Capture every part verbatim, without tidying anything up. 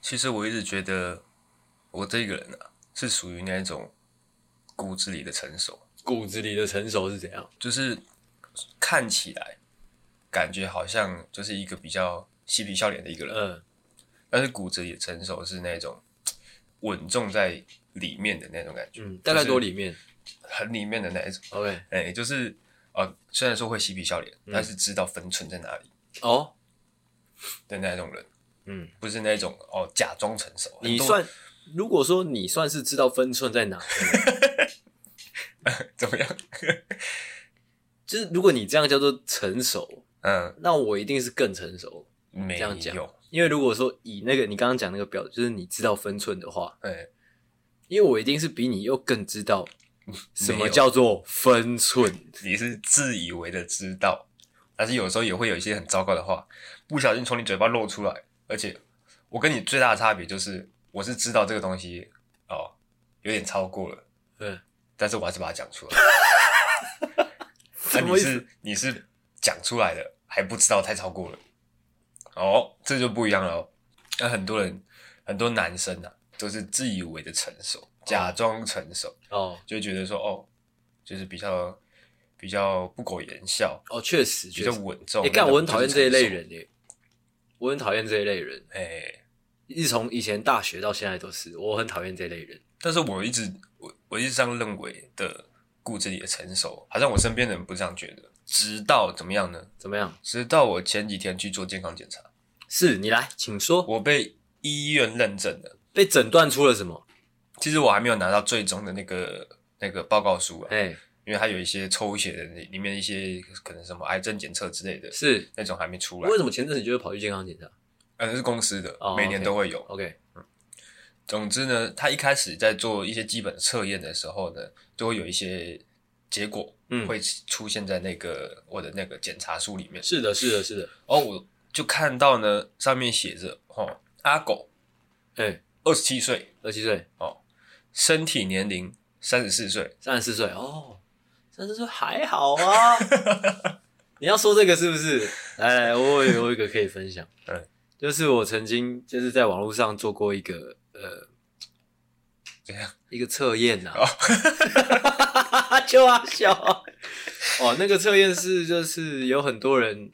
其实我一直觉得我这个人啊，是属于那种骨子里的成熟。 骨子里的成熟是怎样？ 就是看起来感觉好像就是一个比较嬉皮笑脸的一个人， 嗯， 但是骨子里的成熟是那种稳重在里面的那种感觉。 嗯，大概多里面， 很里面的那一种。 OK， 哎、欸，就是呃，虽然说会嬉皮笑脸，嗯、但是知道分寸在哪里哦的那种人。 嗯， 不是那种哦假装成熟。 你算，如果说你算是知道分寸在哪怎么样？ 就是如果你这样叫做成熟， 嗯， 那我一定是更成熟。 没有， 这样讲，因为如果说以那个你刚刚讲那个表，就是你知道分寸的话， 对， 因为我一定是比你又更知道什么叫做分寸。 你是自以为的知道，但是有时候也会有一些很糟糕的话，不小心从你嘴巴漏出来。而且我跟你最大的差别就是，我是知道这个东西哦有点超过了， 嗯， 但是我还是把它讲出来。那、啊、你是你是讲出来的，还不知道太超过了，哦，这就不一样了哦。那很多人很多男生啊，都是自以为的成熟，假装成熟哦， 就觉得说哦，就是比较比较不苟言笑哦，确实比较稳重。 哎、欸，干我很讨厌这一类人耶。我很讨厌这一类人， 哎、欸， 一直从以前大学到现在都是，我很讨厌这一类人。 但是我一直我我一直这样认为的，骨子里的成熟，好像我身边的人不这样觉得。直到怎么样呢？ 怎么样？ 直到我前几天去做健康检查， 是你来，请说。 我被医院认证了， 被诊断出了什么？ 其实我还没有拿到最终的那个那个报告书啊， 哎， 因为它有一些抽血的里面一些可能什么癌症检测之类的， 是那种还没出来。 为什么前阵子就会跑去健康检查？ 呃，那是公司的， 哦、 每年都会有。 OK，, 嗯，总之呢，他一开始在做一些基本测验的时候呢，都会有一些结果，嗯，会出现在那个我的那个检查书里面。 是的，是的，是的。 哦，我就看到呢，上面写着哦，阿狗， 哎， 二十七岁， 二十七岁， 哦，身体年龄三十四岁， 三十四岁，哦，三十四岁还好啊。你要说这个是不是？来来，我有一个可以分享， 嗯。 就是我曾经就是在网络上做过一个呃， 怎样一个测验呐，就啊笑哦，那个测验是就是有很多人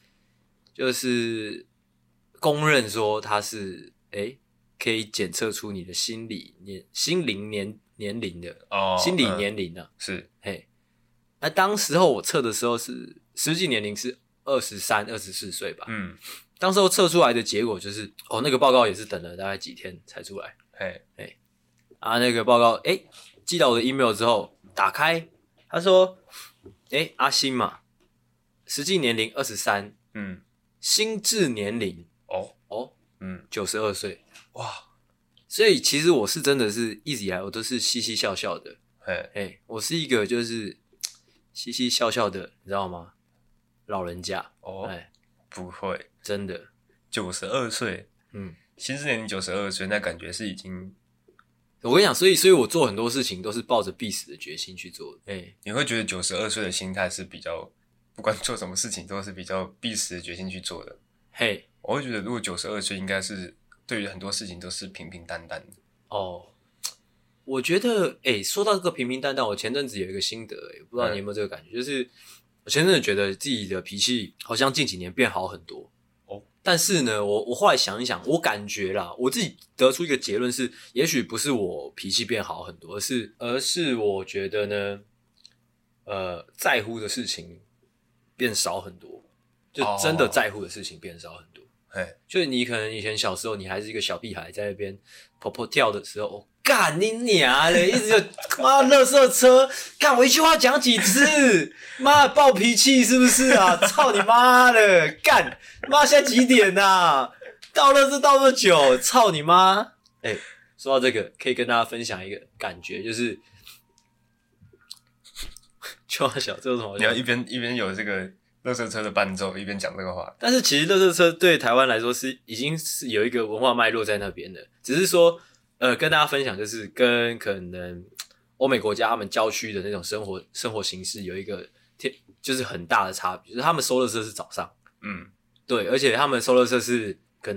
就是公认说它是诶可以检测出你的心理年心灵年年龄的哦， 心理年龄啊， 嗯、是嘿，那当时候我测的时候是实际年龄是二十三、二十四岁吧， 嗯。 当时候测出来的结果就是，哦，那个报告也是等了大概几天才出来。 嘿， 嘿，啊，那个报告，诶，寄到我的 email 之后，打开，他说，诶，阿星嘛，实际年龄二十三， 嗯， 心智年龄， 哦哦， 嗯， 九十二岁， 哇， 所以其实我是真的是一直以来我都是嘻嘻笑笑的， 嘿， 嘿，我是一个就是嘻嘻笑笑的，你知道吗？老人家， 哦，哎，不会。 真的， 九十二岁， 嗯， 心智年龄九十二岁，那感觉是已经， 我跟你讲，所以，所以我做很多事情都是抱着必死的决心去做的。哎、欸， 你会觉得九十二岁的心态是比较，不管做什么事情都是比较必死的决心去做的。 嘿、hey, 我会觉得，如果九十二岁，应该是对于很多事情都是平平淡淡的。 哦，我觉得，哎、欸，说到这个平平淡淡，我前阵子有一个心得、欸，不知道你有没有这个感觉，嗯、就是我前阵子觉得自己的脾气好像近几年变好很多。但是呢，我我后来想一想，我感觉啦，我自己得出一个结论是，也许不是我脾气变好很多，而是而是我觉得呢，呃，在乎的事情变少很多，就真的在乎的事情变少很多。 哎、哦， 就是你可能以前小时候，你还是一个小屁孩，在那边跑跑跳的时候，干你娘嘞！一直就妈垃圾车，干我一句话讲几次，妈暴脾气是不是啊？操你妈的，干妈现在几点啊？倒垃圾倒那么久，操你妈！哎、欸，说到这个，可以跟大家分享一个感觉，就是就好小，这有什么？ 你要一边一边有这个垃圾车的伴奏，一边讲这个话。 但是其实垃圾车对台湾来说是已经是有一个文化脉络在那边的，只是说。呃，跟大家分享就是跟可能欧美国家他们郊区的那种生活生活形式有一个就是很大的差别，就是他们收垃圾是早上， 嗯， 对，而且他们收垃圾是可能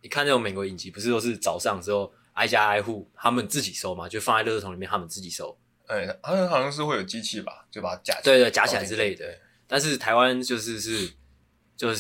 你看那种美国影集，不是都是早上之后挨家挨户他们自己收嘛，就放在垃圾桶里面，他们自己收。 哎、欸，好像好像是会有机器吧，就把它夹起来， 对对，夹起来之类的。但是台湾就是是就是，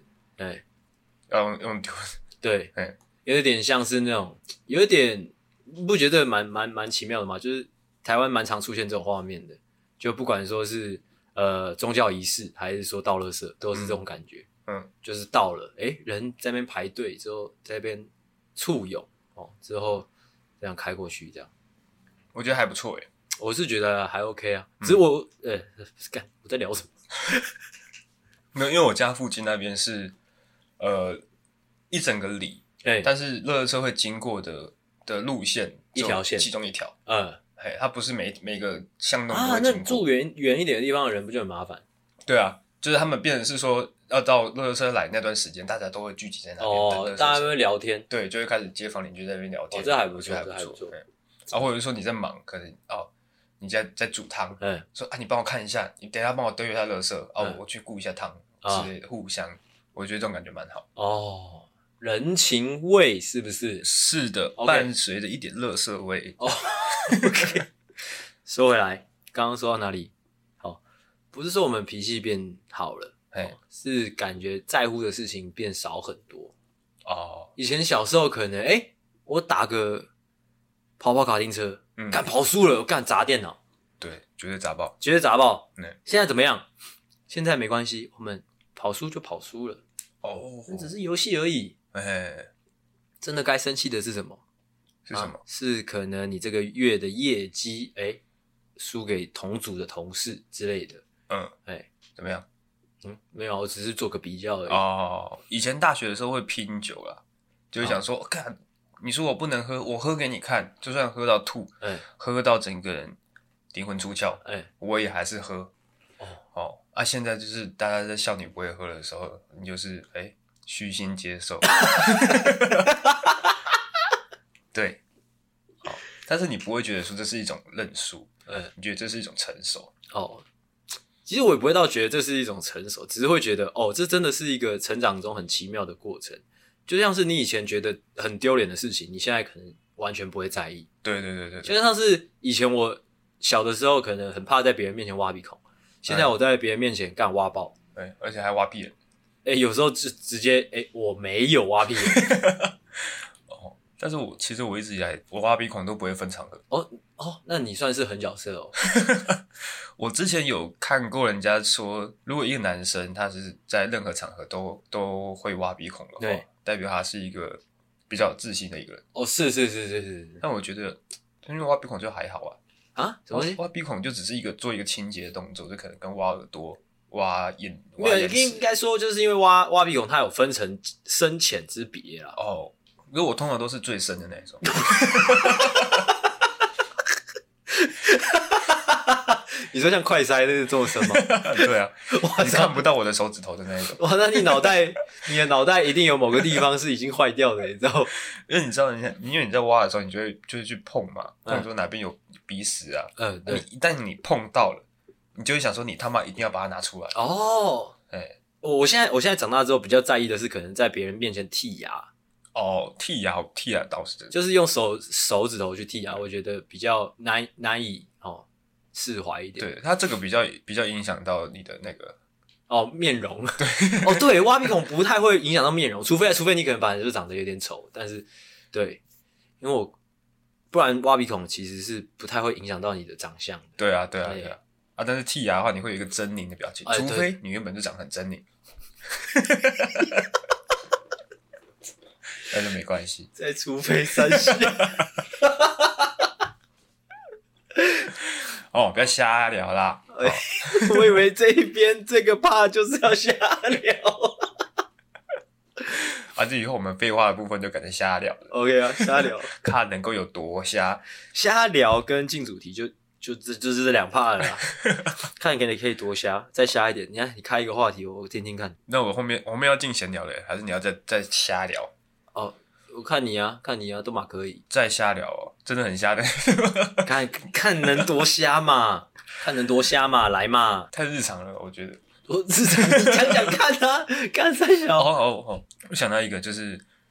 哎， 要用用丢， 对，哎，有一点像是那种，有一点不觉得蛮蛮蛮奇妙的吗？就是台湾蛮常出现这种画面的，就不管说是呃宗教仪式，还是说倒垃圾，都是这种感觉。 嗯， 就是到了，哎，人在那边排队之后，在那边簇拥哦，之后这样开过去，这样， 我觉得还不错诶。 我是觉得还 OK 啊，只是我，呃、嗯，干、欸、我在聊什么？ 没有，因为我家附近那边是呃一整个里，欸、但是垃圾车会经过的的路线一条线， 其中一条， 嗯， 嘿，它不是每每个巷弄都会经过。 啊，那住远远一点的地方的人不就很麻烦？ 对啊，就是他们变成是说，要到垃圾车来那段时间，大家都会聚集在那边， 哦，大家会聊天， 对，就会开始街坊邻居在那边聊天， 哦，这还不错， 这还不错，啊，或者是说你在忙，可能哦。你在在煮汤，嗯，说啊，你帮我看一下，你等一下帮我丢一下垃圾，哦、嗯啊，我去顾一下汤之类的，互相，我觉得这种感觉蛮好。 哦，人情味是不是？ 是的， okay. 伴随着一点垃圾味。 哦 ，OK。说回来，刚刚说到哪里？好，不是说我们脾气变好了，哦、是感觉在乎的事情变少很多。哦，以前小时候可能，哎、欸，我打个跑跑卡丁车。干、嗯、跑输了，我干砸电脑， 对，绝对砸爆， 绝对砸爆。 嗯， 现在怎么样？现在没关系，我们跑输就跑输了。 哦， 只是游戏而已。 哎， 真的该生气的是什么？ 是什么？ 啊、是可能你这个月的业绩，哎，输给同组的同事之类的。 嗯，哎，怎么样？ 嗯，没有，我只是做个比较而已。 哦，以前大学的时候会拼酒啦，就会想说，看、哦。你说我不能喝，我喝给你看，就算喝到吐，欸、喝到整个人灵魂出窍，欸、我也还是喝。哦，哦啊！现在就是大家在笑你不会喝的时候，你就是哎虚心接受。对，好，但是你不会觉得说这是一种认输，欸、你觉得这是一种成熟。 哦，其实我也不会到觉得这是一种成熟，只是会觉得哦，这真的是一个成长中很奇妙的过程。就像是你以前觉得很丢脸的事情，你现在可能完全不会在意。 对对对 对, 對， 就像是以前我小的时候，可能很怕在别人面前挖鼻孔，现在我在别人面前干挖爆， 对，而且还挖屁眼。 哎、欸，有时候直直接哎、欸，我没有挖屁眼。 哦，但是我其实我一直以来我挖鼻孔都不会分场合。 哦哦，那你算是狠角色哦。 我之前有看过人家说，如果一个男生他是在任何场合都都会挖鼻孔的话，对，代表他是一个比较有自信的一个人。 哦，是是是是是。 但我觉得，因为挖鼻孔就还好啊。 啊？什么东西？ 挖鼻孔就只是一个做一个清洁的动作，就可能跟挖耳朵、挖眼。 没有，应该说就是因为挖挖鼻孔，它有分成深浅之别啦。 哦，因为我通常都是最深的那种。 你说像快塞那这么深吗？ 对啊，你看不到我的手指头的那一种。 哇，那你脑袋，你的脑袋一定有某个地方是已经坏掉的，你知道？ 因为你知道，你因为你在挖的时候，你就会就会去碰嘛，碰说哪边有鼻屎啊。嗯，对。你一旦你碰到了，你就会想说，你他妈一定要把它拿出来。 哦，哎，我现在我现在长大之后比较在意的是，可能在别人面前剔牙。 哦，剔牙，剔牙倒是真的， 就是用手手指头去剔牙，我觉得比较难难以哦释怀一点。 对，它这个比较比较影响到你的那个哦面容。对，哦对，挖鼻孔不太会影响到面容，除非除非你可能本来就长得有点丑，但是对，因为我不然挖鼻孔其实是不太会影响到你的长相的。 对啊，对啊，对啊，啊，但是剔牙的话，你会有一个狰狞的表情，哎、除非你原本就长得很狰狞。那就没关系。 再除非三下。 哦，不要瞎聊啦。哦、 我以为这一边这个怕就是要瞎聊。 反正以后我们废话的部分就改成瞎聊了。 OK 啊，瞎聊， 看能够有多瞎。 瞎聊跟进主题就就这就是这两趴了啦。看你可以多瞎，再瞎一点。你看，你开一个话题，我听听看。 那我后面我们要进闲聊了，还是你要再再瞎聊？ 哦，我看你啊，看你啊，都嘛可以。 再瞎聊哦，真的很瞎的。 看看能多瞎嘛，看能多瞎嘛，来嘛。 太日常了，我觉得。 我日常，你讲讲看啊，干三小。 哦哦哦，我想到一个，就是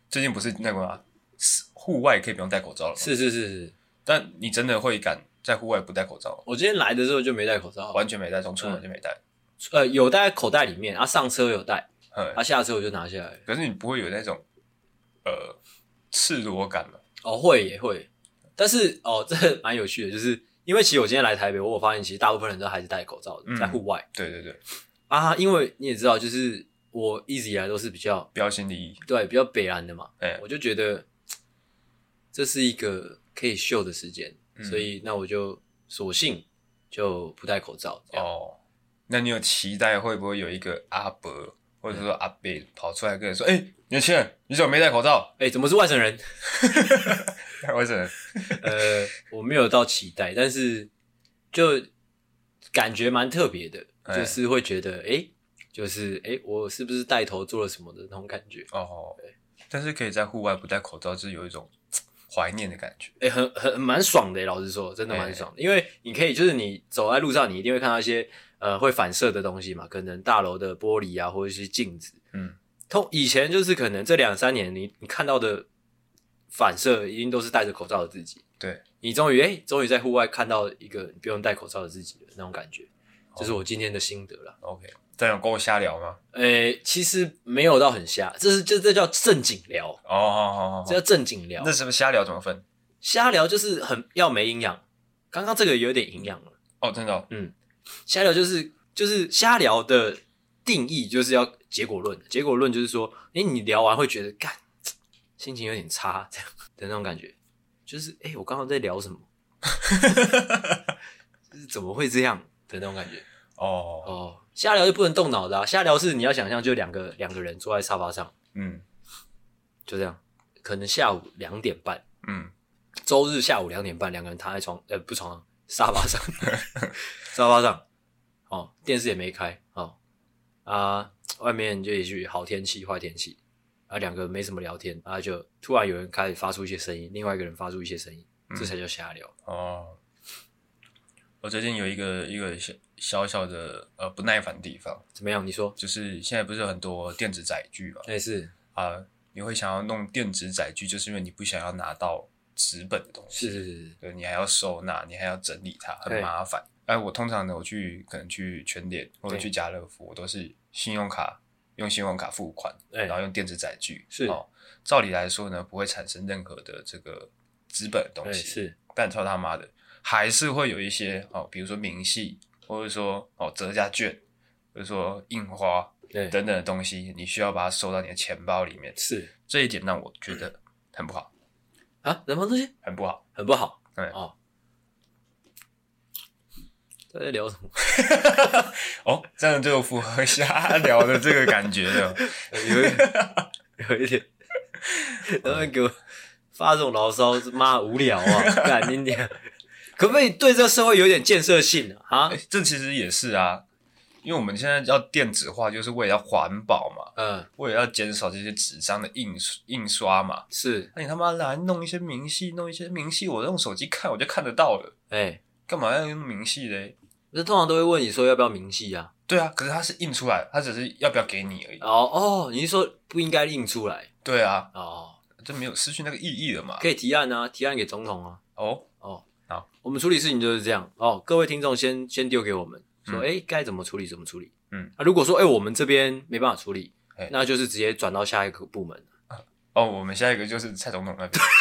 最近不是那个吗？户外可以不用戴口罩了吗？ 是是是是。 但你真的会敢在户外不戴口罩吗？ 我今天来的时候就没戴口罩， 完全没戴，从出门就没戴。 呃，有戴在口袋里面，啊，上车有戴，啊，下车我就拿下来。 可是你不会有那种呃赤裸感吗？ 哦，会也会，但是哦，这蛮有趣的，就是因为其实我今天来台北，我有发现其实大部分人都还是戴口罩的，嗯、在户外。 对对对。 啊，因为你也知道，就是我一直以来都是比较标新立异， 对，比较北蓝的嘛， 欸、 我就觉得这是一个可以秀的时间，嗯、所以那我就索性就不戴口罩。 哦，那你有期待会不会有一个阿伯或者说阿伯跑出来跟你说：“哎、欸，年轻人，你怎么没戴口罩？” 哎、欸，怎么是外省人？ 外省人？ 呃，我没有到期待，但是就感觉蛮特别的。就是会觉得，哎、欸，就是哎、欸，我是不是带头做了什么的那种感觉？ 哦，对。但是可以在户外不戴口罩，就是有一种怀念的感觉。 哎、欸，很很蛮爽的，老实说，真的蛮爽的。欸、因为你可以，就是你走在路上，你一定会看到一些呃会反射的东西嘛，可能大楼的玻璃啊，或者是镜子。嗯，通以前就是可能这两三年你你看到的反射，一定都是戴着口罩的自己。 对， 你终于哎，终于在户外看到一个不用戴口罩的自己的那种感觉。这是我今天的心得啦。 OK， 这样够瞎聊吗？ 诶、欸，其实没有到很瞎，这是这这叫正经聊哦，好好好， 这叫正经聊。 那什么瞎聊怎么分？ 瞎聊就是很要没营养，刚刚这个有点营养了。 哦，真的、哦？ 嗯，瞎聊就是就是瞎聊的定义就是要结果论，结果论就是说，诶、欸，你聊完会觉得干心情有点差这样的那种感觉，就是诶、欸，我刚刚在聊什么？就是怎么会这样？的那种感觉哦哦，瞎聊就不能动脑的啊！瞎聊是你要想象，就两个两个人坐在沙发上，嗯，就这样，可能下午两点半，嗯，周日下午两点半，两个人躺在床，呃，不床上，沙发上，沙发上，哦，电视也没开，哦，啊，外面就也许好天气坏天气，啊，两个人没什么聊天，啊，就突然有人开始发出一些声音，另外一个人发出一些声音，嗯、这才叫瞎聊哦。我最近有一个一个小小的呃不耐烦的地方， 怎么样？你说， 就是现在不是有很多电子载具嘛？ 哎、欸、是啊、呃，你会想要弄电子载具，就是因为你不想要拿到纸本的东西， 是是是， 对，你还要收纳，你还要整理它，很麻烦。哎、呃，我通常呢，我去可能去全联或者去家乐福，我都是信用卡用信用卡付款， 欸、 然后用电子载具， 是哦。照理来说呢，不会产生任何的这个纸本的东西， 欸、是， 但操他妈的。还是会有一些哦，比如说明细，或者说哦折价券，或者说印花等等的东西，你需要把它收到你的钱包里面。 是这一点让我觉得很不好啊，什么东西很不好， 很不好。 对哦，在聊什么？ 哦，这样就符合瞎聊的这个感觉了， 有一点，有一点，然后给我发这种牢骚，妈无聊啊！干你娘！可不可以对这个社会有点建设性啊？ 欸、这其实也是啊，因为我们现在要电子化，就是为了要环保嘛，嗯，为了要减少这些纸张的印印刷嘛。 是， 那你他妈来弄一些明细，弄一些明细，我用手机看我就看得到了。哎、欸，干嘛要用明细嘞？ 不是通常都会问你说要不要明细啊？ 对啊，可是它是印出来，它只是要不要给你而已。 哦哦，你是说不应该印出来？ 对啊， 哦， 就没有失去那个意义了嘛。 可以提案啊，提案给总统啊。 哦哦。 好， 我们处理事情就是这样哦。各位听众先先丢给我们，说哎，该、嗯、怎么处理怎么处理。嗯，啊，如果说哎我们这边没办法处理，那就是直接转到下一个部门。 哦，我们下一个就是蔡总统那边，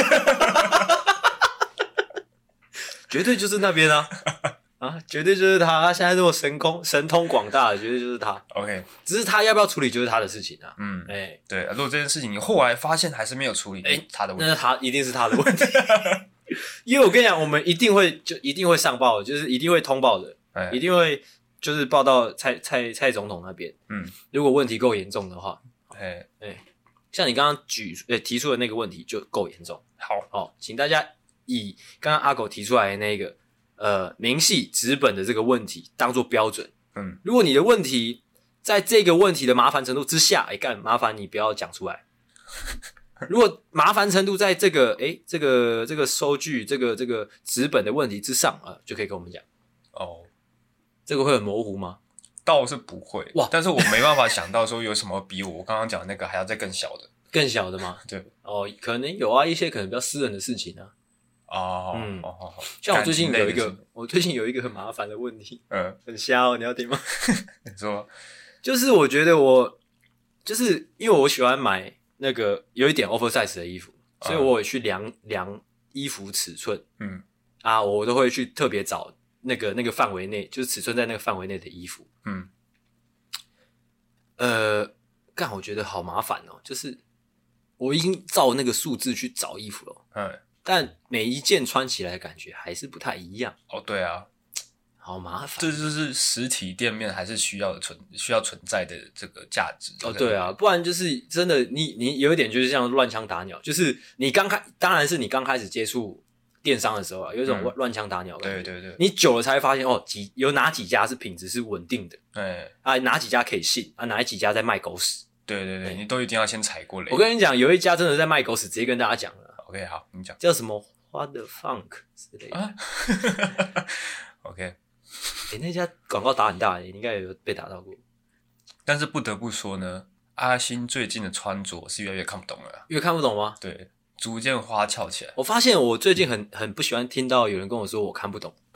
绝对就是那边啊啊，绝对就是他，他现在这么神功神通广大的，绝对就是他。 OK， 只是他要不要处理就是他的事情啊。嗯，哎、欸， 对，如果这件事情你后来发现还是没有处理，哎、欸，他的问题， 那是他一定是他的问题。因为我跟你讲，我们一定会就一定会上报的，就是一定会通报的，欸、一定会就是报到蔡蔡蔡总统那边。嗯，如果问题够严重的话，哎哎、欸欸，像你刚刚举呃提出的那个问题就够严重。 好， 哦，请大家以刚刚阿狗提出来的那个呃明细纸本的这个问题当做标准。嗯，如果你的问题在这个问题的麻烦程度之下，哎干麻烦你不要讲出来。如果麻烦程度在这个诶这个这个收据这个这个纸本的问题之上啊，就可以跟我们讲。哦，这个会很模糊吗？ 倒是不会哇，但是我没办法想到说有什么比我刚刚讲的那个还要再更小的。 更小的吗？ 对， 哦，可能有啊，一些可能比较私人的事情啊。 哦， 嗯， 哦哦哦， 像我最近有一感情类的个，我最近有一个很麻烦的问题， 嗯， 很瞎哦，你要听吗？ 你说， 就是我觉得我，就是因为我喜欢买那个有一点 oversize 的衣服，所以我有去量量衣服尺寸， 嗯啊，我都会去特别找那个那个范围内，就是尺寸在那个范围内的衣服。 嗯， 呃，干，我觉得好麻烦哦，就是我已经照那个数字去找衣服了， 嗯， 但每一件穿起来的感觉还是不太一样， 哦，对啊， 好麻烦。 这就是实体店面还是需要的存需要存在的这个价值。 哦，对啊，不然就是真的，你你有一点就是像乱枪打鸟，就是你刚开，当然是你刚开始接触电商的时候啊，有一种嗯乱枪打鸟感觉。 对对对， 你久了才会发现哦，几有哪几家是品质是稳定的， 哎， 啊，哪几家可以信啊，哪几家在卖狗屎。 对对对，你都一定要先踩过雷。 我跟你讲，有一家真的在卖狗屎，直接跟大家讲了。 OK， 好，你讲叫什么 What the Funk 之类的。 啊？OK， 欸，那家广告打很大，你应该有被打到过。 但是不得不说呢，阿星最近的穿着是越来越看不懂了啦。 因为看不懂吗？ 对，逐渐花俏起来。 我发现我最近很很不喜欢听到有人跟我说我看不懂。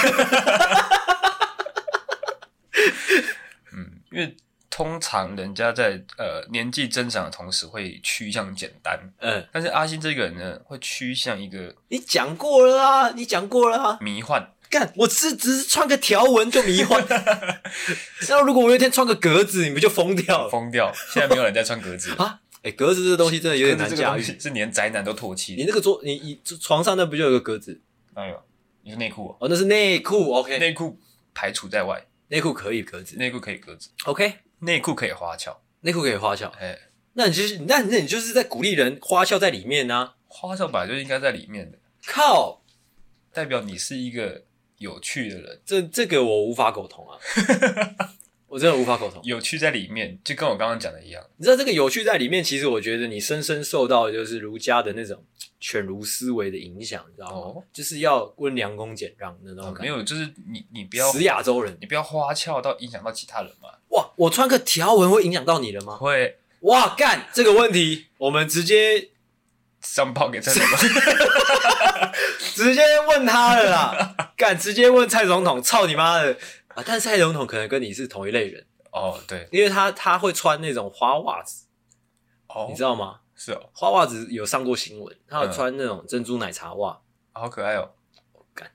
嗯，因为通常人家在呃年纪增长的同时会趋向简单， 嗯， 但是阿星这个人呢，会趋向一个你讲过了啊，你讲过了啊。 迷幻。 干，我只只是穿个条纹就迷幻。然后如果我有一天穿个格子，你们就疯掉了。 疯掉！现在没有人在穿格子啊！哎、欸，格子这东西真的有点难驾驭， 是连宅男都唾弃。 你那个桌，你你床上那不就有个格子？ 哎呦，你是内裤哦？ 哦，那是内裤。OK， 内裤排除在外， 内裤可以格子， 内裤可以格子。 OK， 内裤可以花俏， 内裤可以花俏。 哎、欸， 那你就是那那你就是在鼓励人花俏在里面啊。 花俏本来就应该在里面的。 靠， 代表你是一个有趣的人。 这这个我无法苟同啊。我真的无法苟同。 有趣在里面，就跟我刚刚讲的一样。 你知道这个有趣在里面，其实我觉得你深深受到的就是儒家的那种犬儒思维的影响，你知道吗？ 哦、 就是要温良恭俭让的那种感觉、 哦。没有，就是你你不要死亚洲人， 你不要花俏到影响到其他人嘛。 哇，我穿个条纹会影响到你了吗？ 会。 哇，干这个问题，我们直接上报给蔡总统， 直接问他了啦。干，直接问蔡总统，操你妈的！啊，但是蔡总统可能跟你是同一类人哦，对， 因为他他会穿那种花袜子， 哦， 你知道吗？ 是哦， 花袜子有上过新闻，他有穿那种珍珠奶茶袜， 嗯、好可爱哦， 干，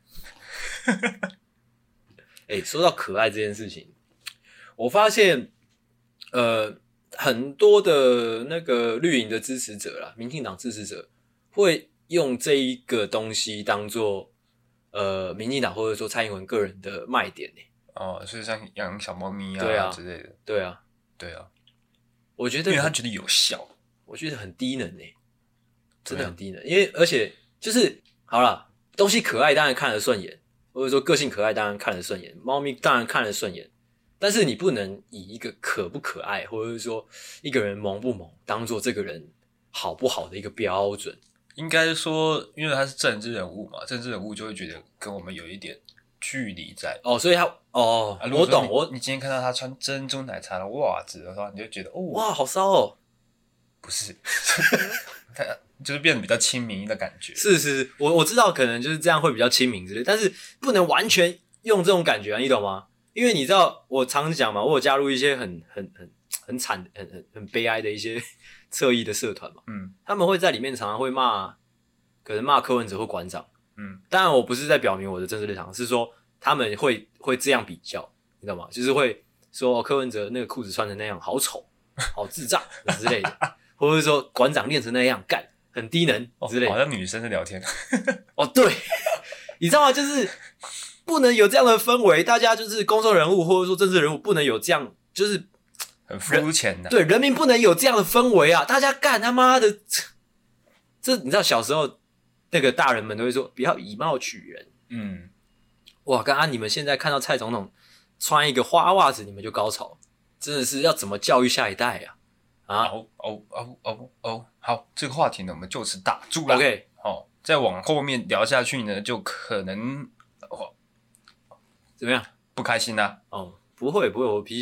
哎、欸，说到可爱这件事情，我发现，呃，很多的那个绿营的支持者啦，民进党支持者会用这一个东西当做呃民进党或者说蔡英文个人的卖点呢。 哦，所以像养小猫咪啊， 对啊之类的， 对啊， 对啊， 我觉得因为他觉得有效， 我觉得很低能呢，真的很低能。因为而且就是好啦，东西可爱当然看得顺眼，或者说个性可爱当然看得顺眼，猫咪当然看得顺眼，但是你不能以一个可不可爱，或者是说一个人萌不萌，当做这个人好不好的一个标准。 应该说，因为他是政治人物嘛，政治人物就会觉得跟我们有一点距离在哦，所以他哦， 啊、 我懂，我你今天看到他穿珍珠奶茶的袜子的话，你就觉得哦， 哇，好骚哦， 不是，他就是变得比较亲民的感觉。 是是是，我我知道可能就是这样会比较亲民之类，但是不能完全用这种感觉啊，你懂吗？因为你知道我常讲嘛，我有加入一些很很很很惨、很很很悲哀的一些侧翼的社团嘛， 嗯， 他们会在里面常常会骂，可能骂柯文哲或馆长， 嗯， 当然我不是在表明我的政治立场，是说他们会会这样比较，你知道吗？就是会说、哦、柯文哲那个裤子穿成那样好丑、好智障之类的，或者说馆长练成那样干很低能之类的、 哦，好像女生在聊天。 哦，对，你知道吗？就是不能有这样的氛围，大家就是公众人物或者说政治人物不能有这样，就是很肤浅的。 对，人民不能有这样的氛围啊！大家干他妈的，这你知道小时候那个大人们都会说不要以貌取人。 嗯， 哇，刚刚你们现在看到蔡总统穿一个花袜子，你们就高潮，真的是要怎么教育下一代啊？啊， 哦哦哦哦哦，好，这个话题呢，我们就此打住了。 OK， 好、哦，再往后面聊下去呢，就可能哦怎么样？ 不开心啦、 哦，不会不会，我脾气很好。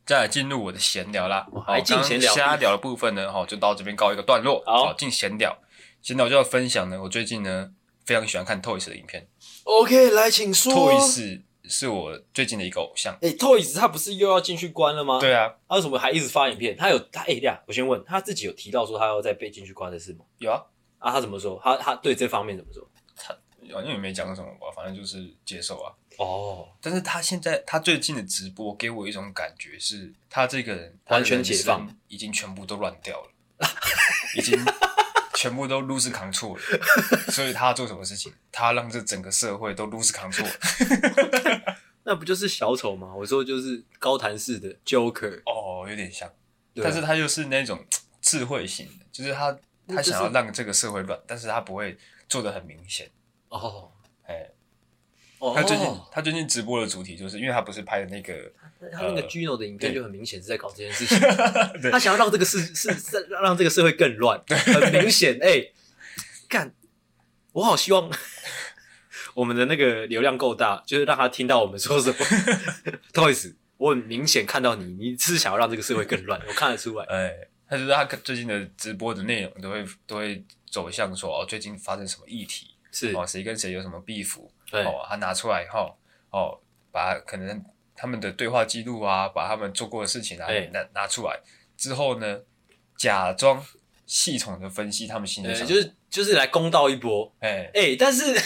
再来进入我的闲聊啦。 还进闲聊， 瞎聊的部分呢，就到这边告一个段落。 好， 进闲聊。闲聊就要分享呢，我最近呢非常喜欢看 Toys 的影片。 OK， 来，请说。 Toys 是我最近的一个偶像。 哎、欸、，Toys 他不是又要进去关了吗？ 对啊， 他为什么还一直发影片？他有他哎呀，我先问他自己有提到说他要再被进去关的事吗？ 有啊。 啊，他怎么说？他他对这方面怎么说？ 他好像也没讲什么吧，反正就是接受啊。 哦， 但是他现在他最近的直播给我一种感觉是，他这个人完全解放， 已经全部都乱掉了，已经全部都 lose control 了。所以他做什么事情，他让这整个社会都 lose control。 那不就是小丑吗？我说就是高谭市的 Joker。 哦，有点像， 啊、 但是他又是那种智慧型的，就是他他想要让这个社会乱，但是他不会做得很明显。 哦， 哎。 哦、 他最近他最近直播的主题就是，因为他不是拍的那个他那个 Gino 的影片就很明显是在搞这件事情，他想要让这个世是让这个社会更乱，很明显。哎、欸，干，我好希望我们的那个流量够大，就是让他听到我们说什么。Toys， 我很明显看到你，你是想要让这个社会更乱，我看得出来。 哎，他就是他最近的直播的内容都会都会走向说哦，最近发生什么议题， 是哦，谁跟谁有什么 beef。 对哦，他拿出来以后，哦，把可能他们的对话记录啊，把他们做过的事情啊拿拿出来之后呢，假装系统的分析他们心里想， 就是就是来公道一波。哎哎、欸，但是，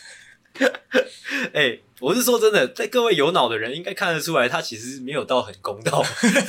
哎、欸，我是说真的，在各位有脑的人应该看得出来，他其实没有到很公道。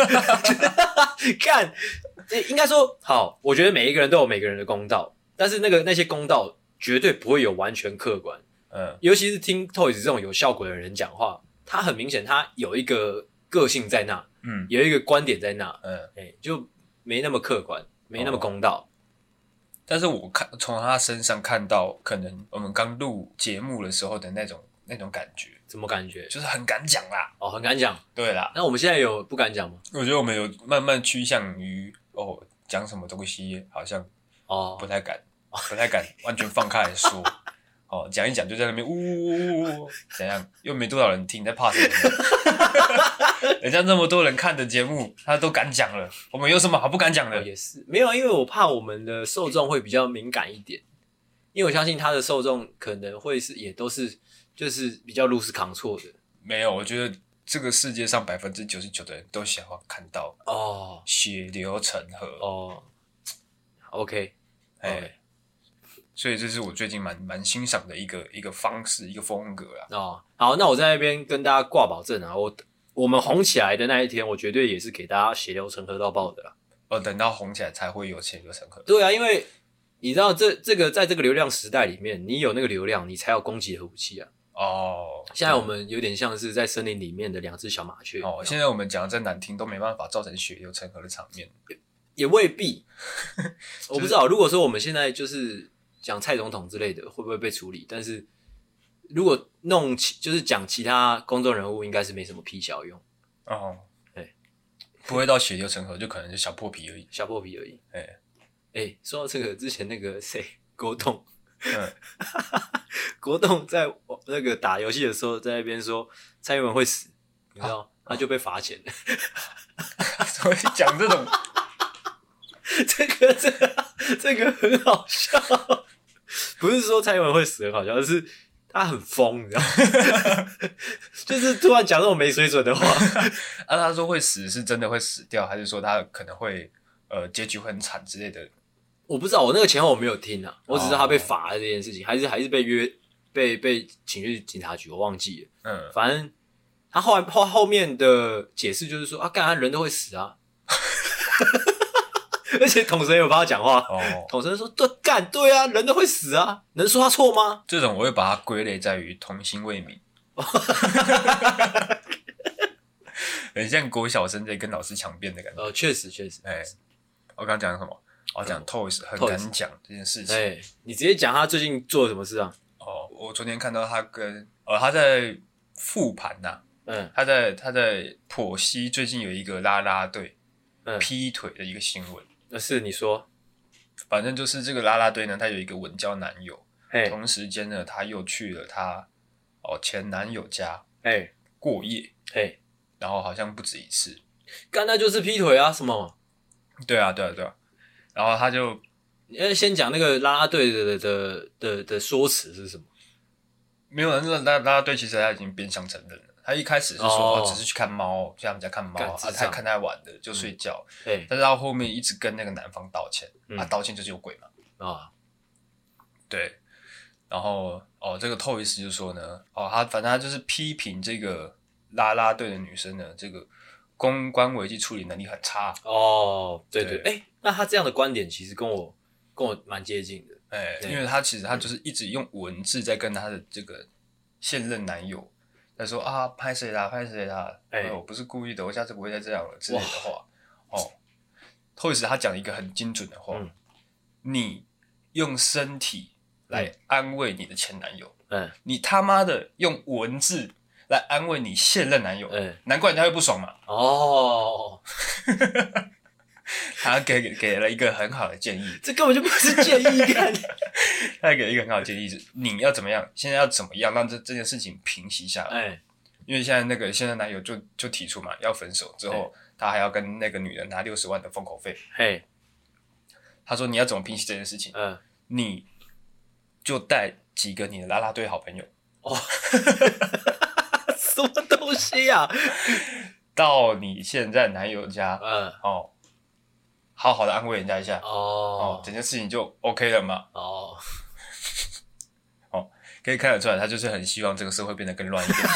看，欸、应该说好，我觉得每一个人都有每个人的公道，但是那个那些公道绝对不会有完全客观。 嗯， 尤其是听 Toys 这种有效果的人讲话，他很明显他有一个个性在那， 嗯， 有一个观点在那， 嗯， 哎、欸，就没那么客观，没那么公道。哦、 但是我看从他身上看到，可能我们刚录节目的时候的那种那种感觉， 什么感觉？ 就是很敢讲啦， 哦，很敢讲， 对啦。 那我们现在有不敢讲吗？ 我觉得我们有慢慢趋向于哦，讲什么东西好像哦不太敢，哦、不太敢完全放开来说。哦，讲一讲就在那边呜呜呜呜，怎样？又没多少人听，在怕什么？人家那么多人看的节目，他都敢讲了，我们有什么好不敢讲的？ 哦、也是没有，因为我怕我们的受众会比较敏感一点，因为我相信他的受众可能会是也都是就是比较 loose control 的。 没有，我觉得这个世界上百分之九十九的人都想要看到哦血流成河哦。OK， 哎。Okay. 所以这是我最近蛮蛮欣赏的一个一个方式，一个风格啦。 哦，好，那我在那边跟大家挂保证啊，我我们红起来的那一天，我绝对也是给大家血流成河到爆的啦。 哦，等到红起来才会有血流成河。 对啊，因为你知道这这个在这个流量时代里面，你有那个流量，你才有攻击的武器啊。 哦， 现在我们有点像是在森林里面的两只小麻雀。 哦，现在我们讲的再难听，都没办法造成血流成河的场面。 也, 也未必，我不知道。如果说我们现在就是讲蔡总统之类的，会不会被处理？但是如果弄就是讲其他公众人物，应该是没什么屁小用。 哦， 对， 不会到血流成河，就可能就小破皮而已， 小破皮而已。 哎、 欸、哎、欸，说到这个，之前那个谁，郭栋， 嗯， 郭栋在那个打游戏的时候，在那边说蔡英文会死，你知道，啊、他就被罚钱了。 所以讲这种。 这个这个这个很好笑，不是说蔡英文会死很好笑，而是他很疯，你知道吗？就是突然讲这种没水准的话。 啊，他说会死是真的会死掉，还是说他可能会呃结局会很惨之类的？ 我不知道，我那个前后我没有听啊，我只知道他被罚了这件事情，还是还是被约被被请去警察局，我忘记了。嗯，反正他后来后后面的解释就是说啊，干他人都会死啊。而且统神有帮他讲话，哦，统神说对，干对啊，人都会死啊，能说他错吗？ 这种我会把它归类在于童心未泯，很像国小生在跟老师强辩的感觉。 哦，确实确实。 哎、欸，我刚刚讲什么？我讲 Toys 很敢讲这件事情。 哎、欸，你直接讲他最近做了什么事啊？ 哦，我昨天看到他跟呃他在复盘呐， 嗯， 他在他在剖析最近有一个啦啦队嗯劈腿的一个新闻。 那是你说， 反正就是这个啦啦队呢，他有一个稳交男友， 嘿， 同时间呢，他又去了他哦前男友家， 嘿， 过夜， 嘿， 然后好像不止一次， 干那就是劈腿啊？什么？ 对啊，对啊，对啊。然后他就， 呃，先讲那个啦啦队的的的的说辞是什么？ 没有，那啦啦队其实他已经变相承认了。他一开始是说、 哦哦、只是去看猫，去他们家看猫啊，他看太晚了就睡觉。 嗯、 但是到后面一直跟那个男方道歉， 嗯、 啊，道歉就是有鬼嘛。 啊， 对。然后哦，这个透一斯就说呢，哦，他反正他就是批评这个啦啦队的女生呢，这个公关危机处理能力很差。 哦，对对，哎，那他这样的观点其实跟我跟我蛮接近的。 哎，因为他其实他就是一直用文字在跟他的这个现任男友在说啊，拍谁啦，拍谁啦，哎，我不是故意的，我下次不会再这样了之类的话。哦，透一斯他讲一个很精准的话，嗯、你用身体来安慰你的前男友，嗯，你他妈的用文字来安慰你现任男友，嗯，难怪人家会不爽嘛。哦，他给给了一个很好的建议， 这根本就不是建议干。 他给了一个很好的建议是，你要怎么样？现在要怎么样让这这件事情平息下来？哎，因为现在那个现任男友就就提出嘛，要分手之后，他还要跟那个女人拿六十万的封口费。嘿，他说你要怎么平息这件事情？嗯，你就带几个你的啦啦队好朋友哦， 什么东西啊？ 到你现在男友家，嗯，哦，好好的安慰人家一下，哦，哦，整件事情就 OK 了嘛，哦，哦，可以看得出来，他就是很希望这个社会变得更乱一点，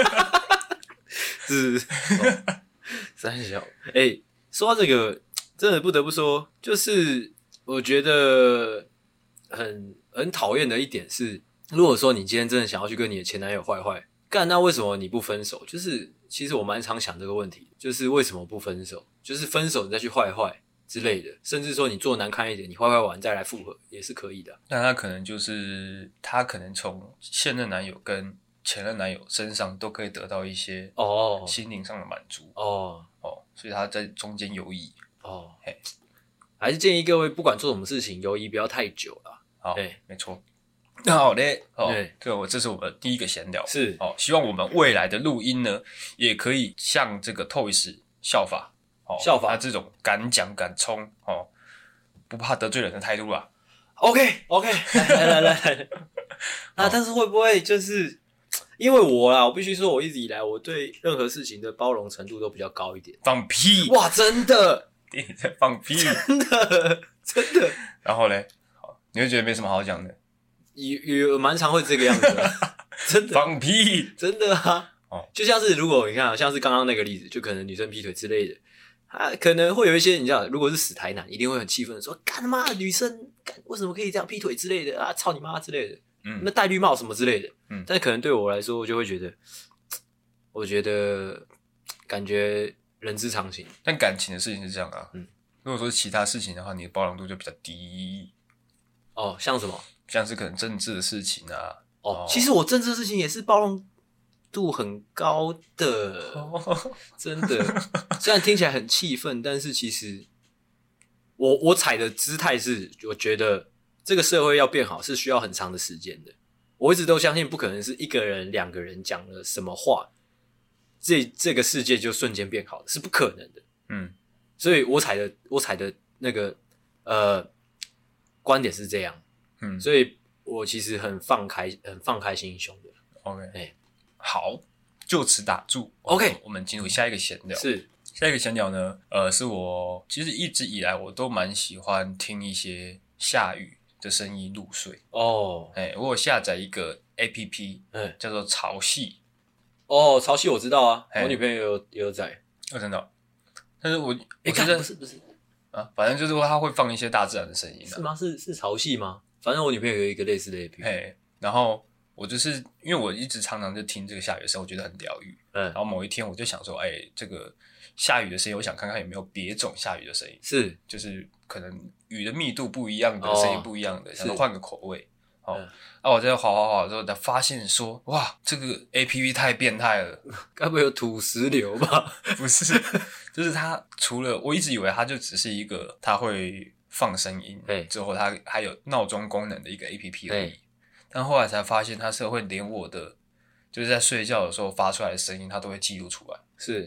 是，哦、三小，哎、欸，说到这个，真的不得不说，就是我觉得很很讨厌的一点是，如果说你今天真的想要去跟你的前男友坏坏，干，那为什么你不分手？就是其实我蛮常想这个问题，就是为什么不分手？就是分手你再去坏坏之类的，甚至说你做难看一点，你坏坏完再来复合也是可以的。 那他可能就是他可能从现任男友跟前任男友身上都可以得到一些哦心灵上的满足哦哦，所以他在中间游移哦，嘿， 还是建议各位不管做什么事情，游移不要太久啦。 好，没错。那好嘞，哦，这我这是我们第一个闲聊， 是哦，希望我们未来的录音呢，也可以像这个 Toys 效法，哦， 效法他这种敢讲敢冲，哦，不怕得罪人的态度啦。 OK OK， 来来来来，那但是会不会就是因为我啦，我必须说，我一直以来我对任何事情的包容程度都比较高一点。 放屁！ 哇，真的， 你在放屁， 真的真的。 然后嘞，你会觉得没什么好讲的。 有有蛮常会这个样子的，真的放屁， 真的啊！哦，就像是如果你看，像是刚刚那个例子，就可能女生劈腿之类的，啊，可能会有一些你知道，如果是死台男，一定会很气愤的说：“干他妈，女生干为什么可以这样劈腿之类的啊？操你妈之类的，嗯，那戴绿帽什么之类的。”嗯，但是可能对我来说，我就会觉得，我觉得感觉人之常情。 但感情的事情是这样啊，嗯，如果说其他事情的话，你的包容度就比较低。 哦，像什么？ 像是可能政治的事情啊， 哦，其实我政治的事情也是包容度很高的，哦、真的。虽然听起来很气愤，但是其实我我踩的姿态是，我觉得这个社会要变好是需要很长的时间的。我一直都相信，不可能是一个人、两个人讲了什么话，这这个世界就瞬间变好了，是不可能的。嗯，所以我踩的我踩的那个呃观点是这样。嗯，所以我其实很放开，很放开心胸的。 OK， 欸、好，就此打住。 OK， 我们进入下一个闲聊。 是下一个闲聊呢，呃，是我其实一直以来我都蛮喜欢听一些下雨的声音入睡。哦，哎、欸，我有下载一个 A P P， 嗯，叫做潮汐。 哦，潮汐我知道啊，欸、我女朋友也有也有载。 哦，真的、哦。但是我我觉得、欸、不是不是啊，反正就是说它会放一些大自然的声音、啊。 是吗？是是潮汐吗？反正我女朋友有一个类似的 A P P， 嘿，然后我就是因为我一直常常就听这个下雨的声音，我觉得很疗愈。嗯，然后某一天我就想说，哎、欸，这个下雨的声音，我想看看有没有别种下雨的声音， 是， 就是可能雨的密度不一样的声音不一样的，想说换个口味。哦，嗯、啊，我在滑滑滑的时候，才发现说，哇，这个 A P P 太变态了， 该不会有土石流吧？ 不是，就是它除了我一直以为它就只是一个，它会放声音，之后它还有闹钟功能的一个 A P P 而已。但后来才发现，它是会连我的就是在睡觉的时候发出来的声音，它都会记录出来。 是，